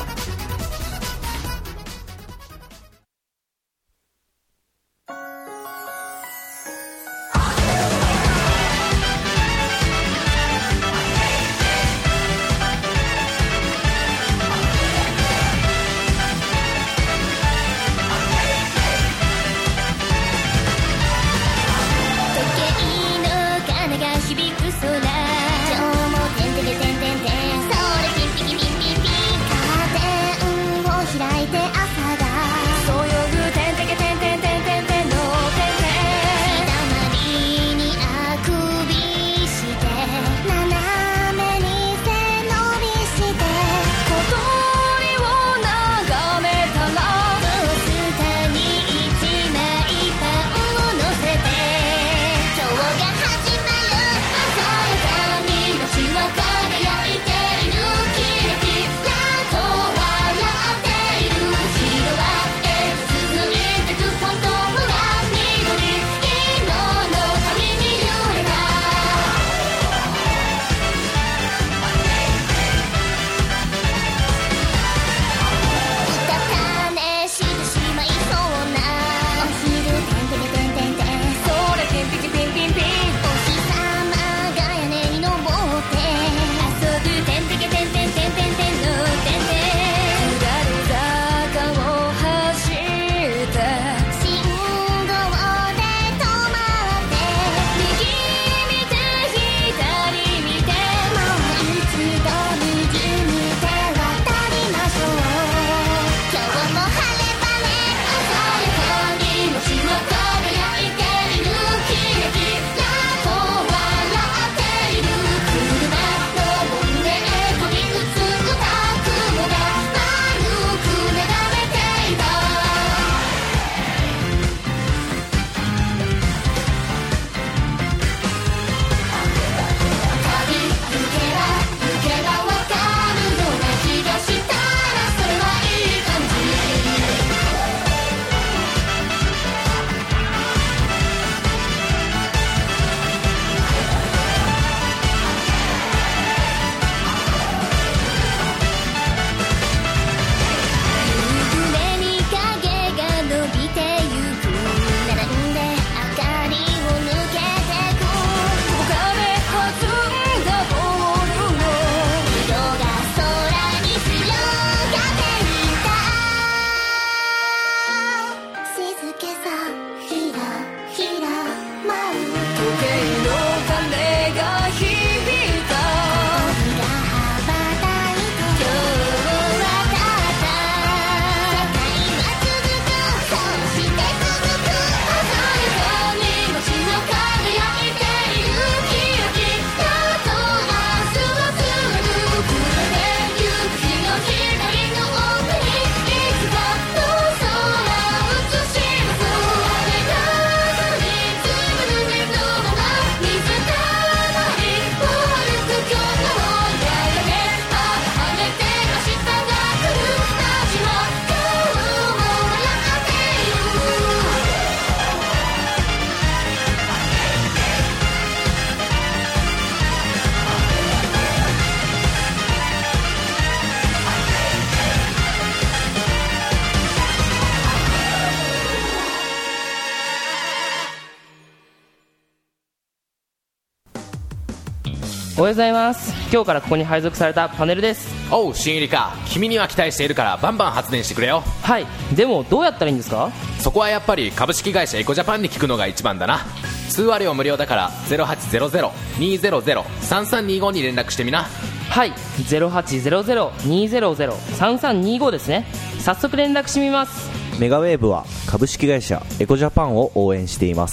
「 おはようございます。今日からここに配属されたパネルです。 おう、新入りか。君には期待しているからバンバン発電してくれよ。 はい。でもどうやったらいいんですか？ そこはやっぱり株式会社エコジャパンに聞くのが一番だな。通話料無料だから ゼロはちゼロゼロ にーゼロゼロ さんさんにーご に連絡してみな。 はい、ゼロはちゼロゼロ にーゼロゼロ さんさんにーごですね。早速連絡してみます。 メガウェーブは株式会社エコジャパンを応援しています。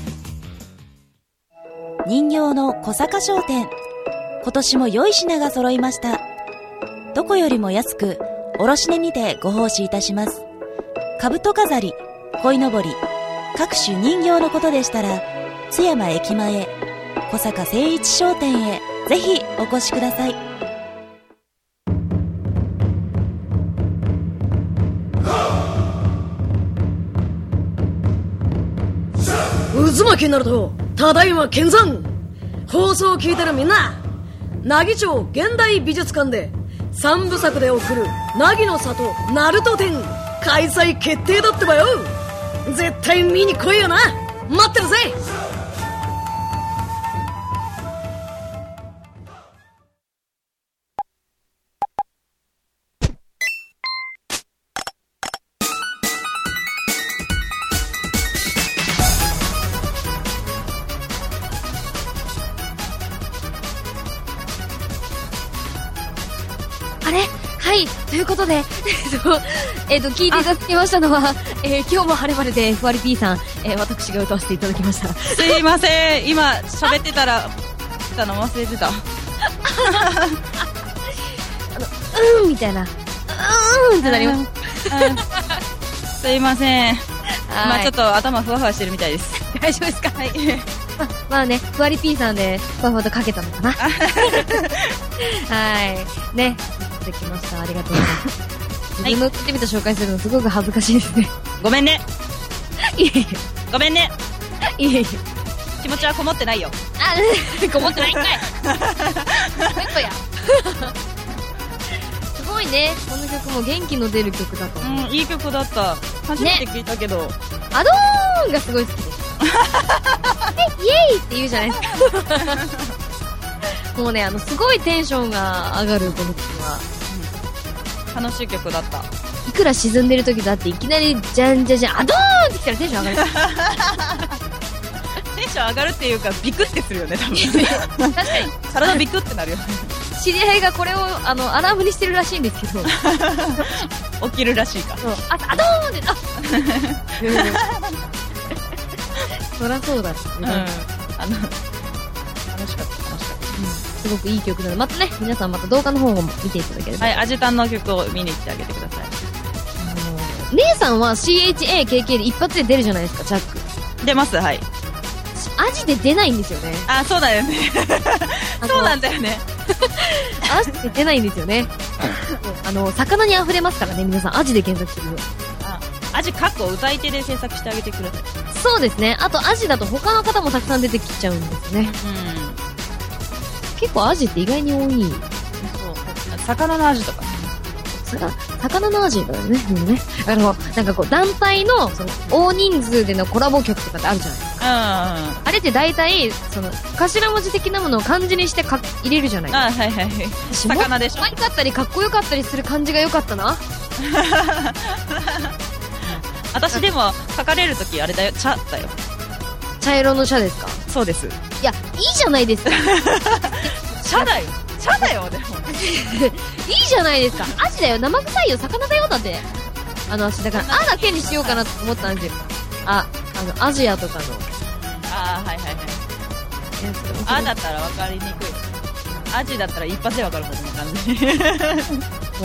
人形の小坂商店、今年も良い品が揃いました。どこよりも安く卸値にてご奉仕いたします。兜飾り、鯉のぼり、各種人形のことでしたら津山駅前小坂誠一商店へぜひお越しください。 渦巻きになるとただいま見参。放送を聞いてるみんな、奈義町現代美術館で三部作で送る凪の里ナルト展開催決定だってばよ。絶対見に来いよな。待ってるぜ。 あれはい、ということで、えっと、えっと、聞いていただきましたのは、えー、今日も晴れ晴れでふわり P さん、えー、私が歌わせていただきました。 すいません、今喋ってたらたの忘れてた。あの、うーんみたいな、うーんってなります。 すいません。まあちょっと頭ふわふわしてるみたいです。 大丈夫ですか？はい。ま, まあね、ふわり P さんでふわふわとかけたのかな。はい。ね。できました。ありがとうございます。自分の作ってみた紹介するのすごく恥ずかしいですね。 ごめんね。 いえいえ。 ごめんね。 いえいえ。 気持ちはこもってないよ。 あ、こもってないんかい。やや。すごいね。この曲も元気の出る曲だと思う。 うん、いい曲だった。初めて聞いたけど。ね、 アドーンがすごい好きです。イエーイって言うじゃないですか。もうね、あの、すごいテンションが上がるこの曲は。 うん、楽しい曲だった。 いくら沈んでる時だっていきなりじゃんじゃじゃん、アドーンってきたらテンション上がる。 テンション上がるっていうか、ビクってするよね、多分。確かに。体ビクってなるよね。 知り合いがこれを、あの、アラームにしてるらしいんですけど。 起きるらしいか。 そう。あ、アドーンって、あそりゃそうだ。うん。あの、楽しかった、楽しかった。うん、すごくいい曲なので、またね、皆さんまた動画の方も見ていただければ。 はい、アジタンの曲を見に来てあげてください。 あのー、姉さんは シーエイチエーケーケー で一発で出るじゃないですか、チャック。 出ます、はい。 アジで出ないんですよね。 あ、そうだよね。そうなんだよね。 アジで出ないんですよね。あの、魚に溢れますからね、皆さん、アジで検索するよ。 あ、アジ、かっこ歌い手で制作してあげてください。 そうですね。あと、アジだと他の方もたくさん出てきちゃうんですね。うん。結構アジって意外に多い。そう。 魚のアジとか。 魚のアジだよね。ね。あの、なんかこう、団体の、その、大人数でのコラボ曲とかってあるじゃないですか。うん。あれって大体、その、頭文字的なものを漢字にしてか入れるじゃないですか。あ、はいはいはい。魚でしょ。可愛かったりかっこよかったりする感じが良かったな。 私でも、書かれるときあれだよ、茶だよ。 茶色の茶ですか？ そうです。 いや、いいじゃないですか。 茶だよ。茶だよ、でも。 いいじゃないですか。アジだよ、生臭いよ、魚だよ、だって。あの、私、だから、あだけにしようかなと思ったんですよ。あ、あの、アジアとかの。 あー、はいはいはい。あだったら分かりにくい。アジだったら一発で分かることな感じ。もう、アジかな。アジにしま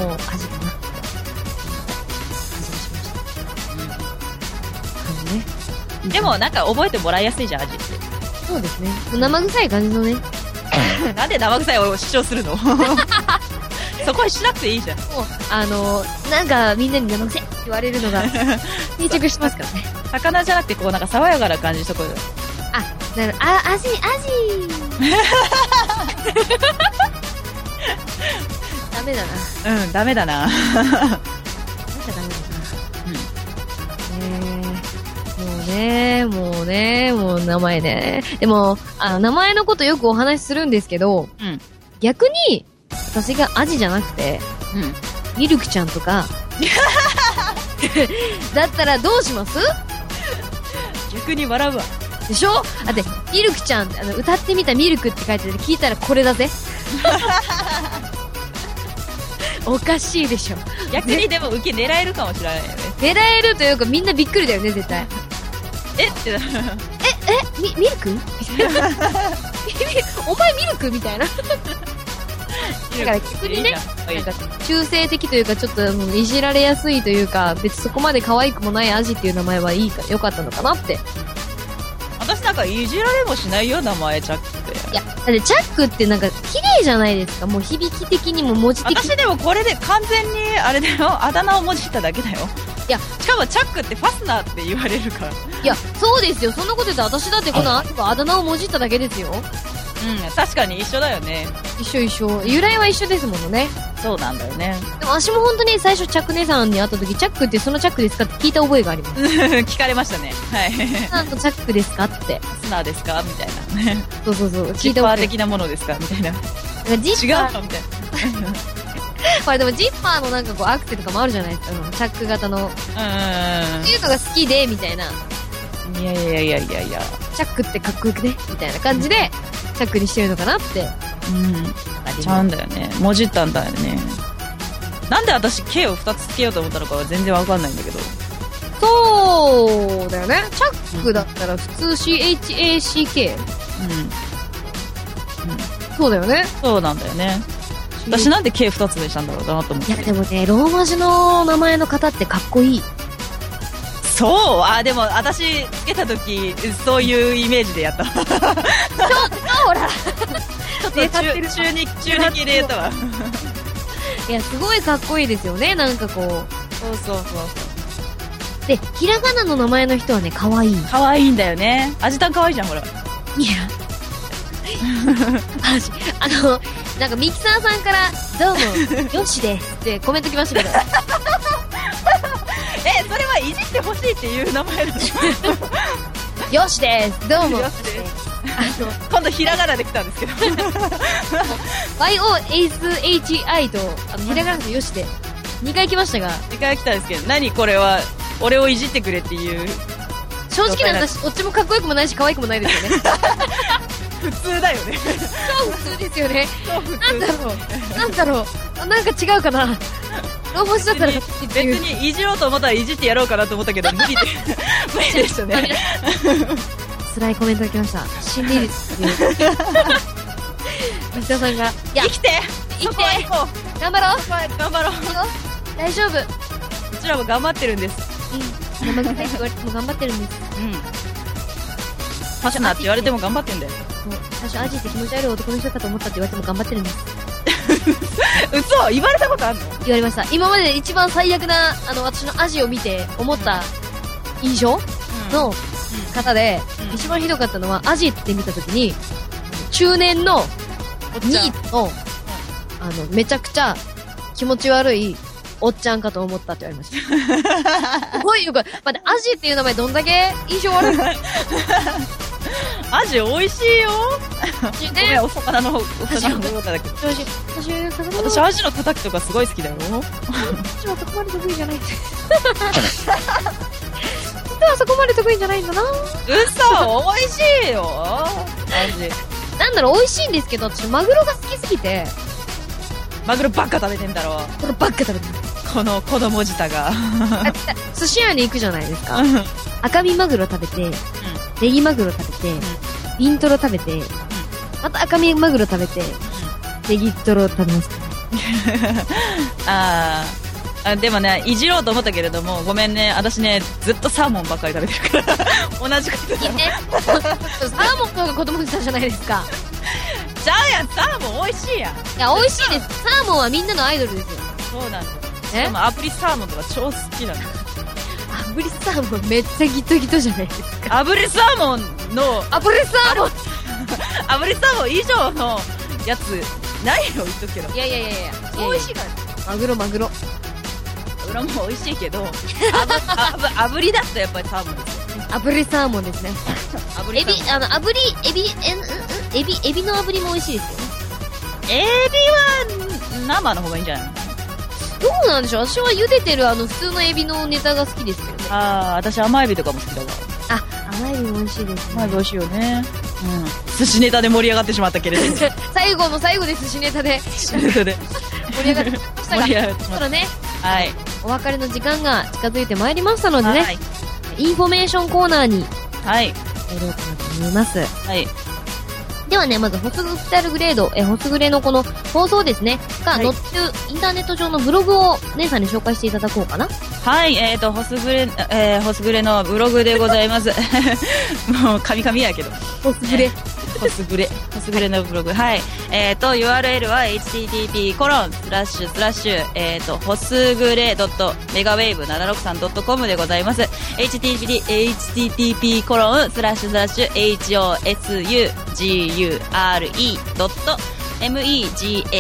した。感じね。でも、なんか覚えてもらいやすいじゃん、アジって。 そうですね。生臭い感じのね。 なんで生臭いを主張するの？そこはしなくていいじゃん。 もう、あのー、なんかみんなに生臭いって言われるのが定着してますからね。 魚じゃなくて、こうなんか爽やかな感じのところ。 あ、なる、あ、アジ、アジダメだな。 うん、ダメだな。なんかダメだな。 うん。ねえ、もうね、 ね。もうね、もう名前ね。でも、あの、名前のことよくお話しするんですけど、 うん。 逆に、私がアジじゃなくて、 うん。 ミルクちゃんとか、だったらどうします？ 逆に笑うわ。 でしょ？だって、ミルクちゃん、あの、歌ってみたミルクって書いてて聞いたらこれだぜ。おかしいでしょ。 逆にでも受け狙えるかもしれないよね。 狙えるというかみんなびっくりだよね、絶対。 えってな。 え、え、ミ、ミルクお前ミルクみたいな。だから逆にね、なんか中性的というかちょっともういじられやすいというか、別にそこまで可愛くもないアジっていう名前はいいか、良かったのかなって。 私なんかいじられもしないよ、名前チャックって。 いや、だってチャックってなんか綺麗じゃないですか。もう響き的にも文字的に。 私でもこれで完全にあれだよ、あだ名を文字っただけだよ。 いや、 しかもチャックってファスナーって言われるから。 いや、そうですよ。そんなこと言ったら私だってこのあだ名をもじっただけですよ。 うん、確かに一緒だよね。 一緒一緒。由来は一緒ですものね。 そうなんだよね。 でも私も本当に最初チャック姉さんに会った時、チャックってそのチャックですかって聞いた覚えがあります。 聞かれましたね。はい。 なんとチャックですかって。 スナーですかみたいな。 そうそうそう。 ジッパー的なものですかみたいな。 ジッパー違うみたいな。 これでもジッパーのなんかこうアクセルとかもあるじゃないですか。チャック型の。うん。っていうのが好きで、みたいな。 いやいやいやいやいや。 チャックってかっこよくねみたいな感じで、チャックにしてるのかなって。 うん。ちゃうんだよね。もじったんだよね。なんで私 K をふたつつけようと思ったのかは全然わかんないんだけど。 そうだよね。チャックだったら普通 シーエイチエーシーケー。うん。うん。そうだよね。 そうなんだよね。私なんで K ふたつにしたんだろうなと思って。 いやでもね、ローマ字の名前の方ってかっこいい。 そうあ、でも私つけた時そういうイメージでやった。ちょっとほらちょっと中中二中二で言ったわ。 いやすごいかっこいいですよね。なんかこう。 そうそうそうそう。 でひらがなの名前の人はね可愛い。 可愛いんだよね。アジタン可愛いじゃんほら。いや。 あのなんかミキサーさんからどうもよしですってコメント来ましたけど。 え、それはいじってほしいっていう名前なの？ よしですどうも。 よしです。今度ひらがなで来たんですけど。 ワイオーエスエイチアイ とあのひらがなとよしでにかい来ましたが。 にかい来たんですけど、何これは俺をいじってくれっていう。 正直な私どっちもかっこよくもないし可愛くもないですよね。 普通だよね。 超普通ですよね。なんだろうなんだろうなんか違うかな。ローマ字だったら別にいじろうと思ったらいじってやろうかなと思ったけど無理で無理でしたね。 辛いコメントが来ました。心理ですっていう。西田さんがいや生きて生きて頑張ろう頑張ろう大丈夫。 うちらも頑張ってるんです。 うん。生臭いって言われても頑張ってるんです。 うん。ファスナーって言われても頑張ってんだよ。 最初アジって気持ち悪い男の人かと思ったって言われても頑張ってるんです。 嘘言われたことあるの？ 言われました。今までで一番最悪なあの私のアジを見て思った印象の方で、うんうん、一番ひどかったのはアジって見たときに中年のニートの、うん、あのめちゃくちゃ気持ち悪いおっちゃんかと思ったって言われました。すごいよく待ってアジっていう名前どんだけ印象悪い？ アジ美味しいよ。ごめんお魚のお魚の方だけど。私アジのたたきとかすごい好きだよ。 実はそこまで得意じゃない。実はそこまで得意じゃないんだな。 嘘美味しいよ。アジ。なんだろう美味しいんですけど私マグロが好きすぎて。 マグロばっか食べてんだろ。 こればっか食べてる。 この子供舌が。 寿司屋に行くじゃないですか。赤身マグロ食べて。ネギマグロ食べて、うん、ビントロ食べて、うん、また赤身マグロ食べて、うん、ネギトロ食べますかね。 ああ、でもね、いじろうと思ったけれども、ごめんね、私ね、ずっとサーモンばっかり食べてるから、同じことだ。いいね。 サーモンの方が子供舌じゃないですか。 じゃあやん、サーモン美味しいやん。いや、美味しいです。サーモンはみんなのアイドルですよ。 そうなんですよ。しかも炙りサーモンとか超好きなんです。 炙りサーモンめっちゃギトギトじゃないですか。 炙りサーモンの炙りサーモン炙りサーモン以上のやつないの言っとくけど。 いやいやいやいや美味しいからマグロマグロマグロも美味しいけど炙りだとやっぱりサーモンですよ。 炙りサーモンですね。エビ、あの、炙り、エビ、えん、エビ、エビの炙りも美味しいですよね。 エビは、生の方がいいんじゃないの？ どうなんでしょう。私は茹でてるあの、普通のエビのネタが好きですけどね。 ああ、私甘エビとかも好きだわ。 あ、甘エビも美味しいですね。 甘エビ美味しいよね。うん。寿司ネタで盛り上がってしまったけれども。 最後の最後で寿司ネタで。 寿司ネタで。 盛り上がってしましたが、 盛り上がってしまった。 そろそろね、 はい。 お別れの時間が近づいてまいりましたのでね、はい、インフォメーションコーナーに、 はい。 入ろうかなと思います。 はい。 ではね、まず、ホスグタルグレード、え、ホスグレのこの放送ですね、が載ってるインターネット上のブログを姉さんに紹介していただこうかな。 はい、えーと、ホスグレ、えー、ホスグレのブログでございます。もう、カミカミやけど。 ホスグレ。 ホスグレ。ホスグレのブログ。はい。えーと、ユーアールエル は エイチティーティーピー コロンスラッシュスラッシュ、えーと、ホスグレ メガウェーブ ななろくさん ドットコム でございます。エイチティーティーピー コロンスラッシュスラッシュ エイチオーエスユージーユーアールイー ドット メガウェ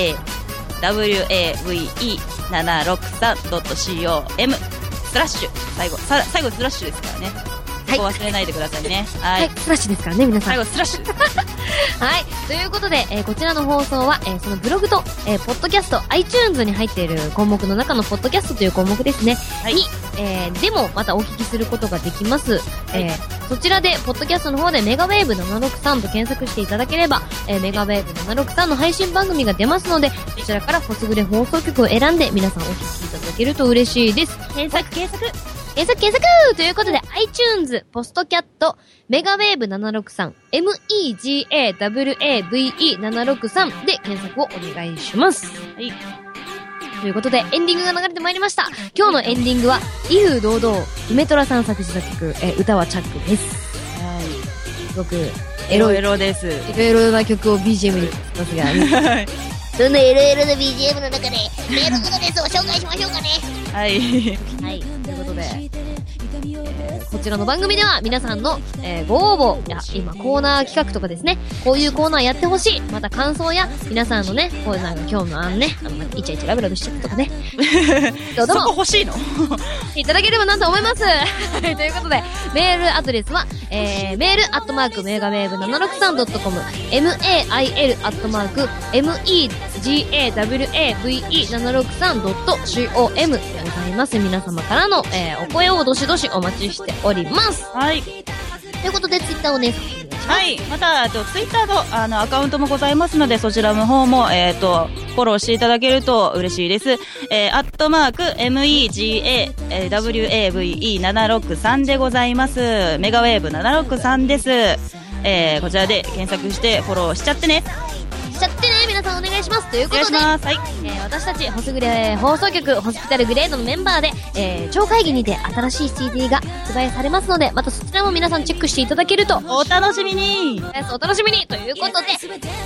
ーブ ななろくさん ドット コム スラッシュ最後さ最後スラッシュですからね。そこ忘れないでくださいね。はい。はい、 スラッシュですからね、皆さん。 最後スラッシュ。 はい。ということで、えー、こちらの放送は、えー、そのブログと、えー、ポッドキャスト、iTunes に入っている項目の中のポッドキャストという項目ですね。はい。に、えー、でもまたお聞きすることができます。はい、えー、そちらで、ポッドキャストの方でメガウェーブななろくさんと検索していただければ、えー、メガウェーブななろくさんの配信番組が出ますので、そちらからホスグレ放送局を選んで皆さんお聞きいただけると嬉しいです。 検索、検索検索検索ということで iTunes、ポストキャット、メガウェーブななろくさん、メガウェーブ ななろくさんで検索をお願いします。 はい。 ということでエンディングが流れてまいりました。今日のエンディングは、威風堂々、梅虎さん作詞作曲、えー、歌はチャックです。 はい。 すごく、 エロエロです。 エロエロな曲を ビージーエム に作ってますが、はい。そのエロエロの ビージーエム の中で、メールのレスを紹介しましょうかね。 はい。 はい。ということで、えー、こちらの番組では皆さんの、えー、ご応募や今コーナー企画とかですね、こういうコーナーやってほしい、また感想や皆さんのね、こういうなんか今日のあんね、あのなんかイチャイチャラブラブしちゃったとかね、 そこ欲しいのいただければなと思います。ということでメールアドレスは、えー、メールアットマークメガウェーブななろくさん ドットコム メール アットマーク メガウェーブ ななろくさん ドット コム でございます。皆様からの、えー、お声をどしどしお待ちしております。 はい。 ということで、ツイッターをね、 はい。また、あと、ツイッターの、あの、アカウントもございますので、そちらの方も、えっと、フォローしていただけると嬉しいです。えー、アットマーク、メガウェーブ ななろくさんでございます。メガウェーブななろくさんです。えー、こちらで検索してフォローしちゃってね。 しちゃってね、皆さんお願いします。ということで、 はい、 えー、私たちホスグレ放送局ホスピタルグレードのメンバーで、えー、超会議にて新しい シーディー が発売されますので、またそちらも皆さんチェックしていただけるとお楽しみに。 お楽しみにということで、時間が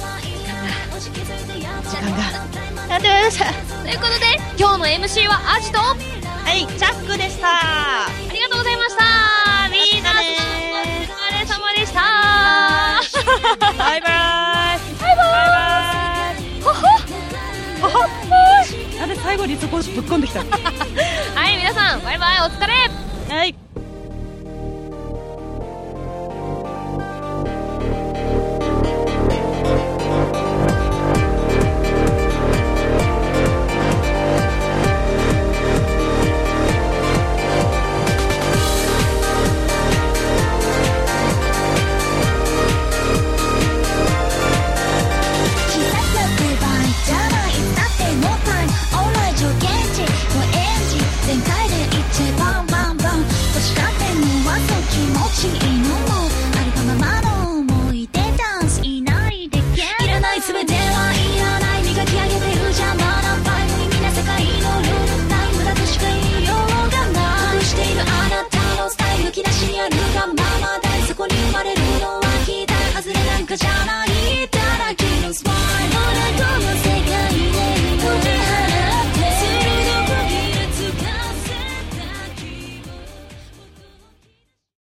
やってまいりました。 ということで、今日の エムシー はアジと、はい、チャックでした。 ありがとうございました。みんなお疲れ様でした。 バイバイ。 バイバーイ。ほほほほ。 なんで最後にそこぶっ込んできたの？ はい、皆さんバイバイ、お疲れ。 はい。 全開でいってバンバンバン年だってのはと気持ちいいのも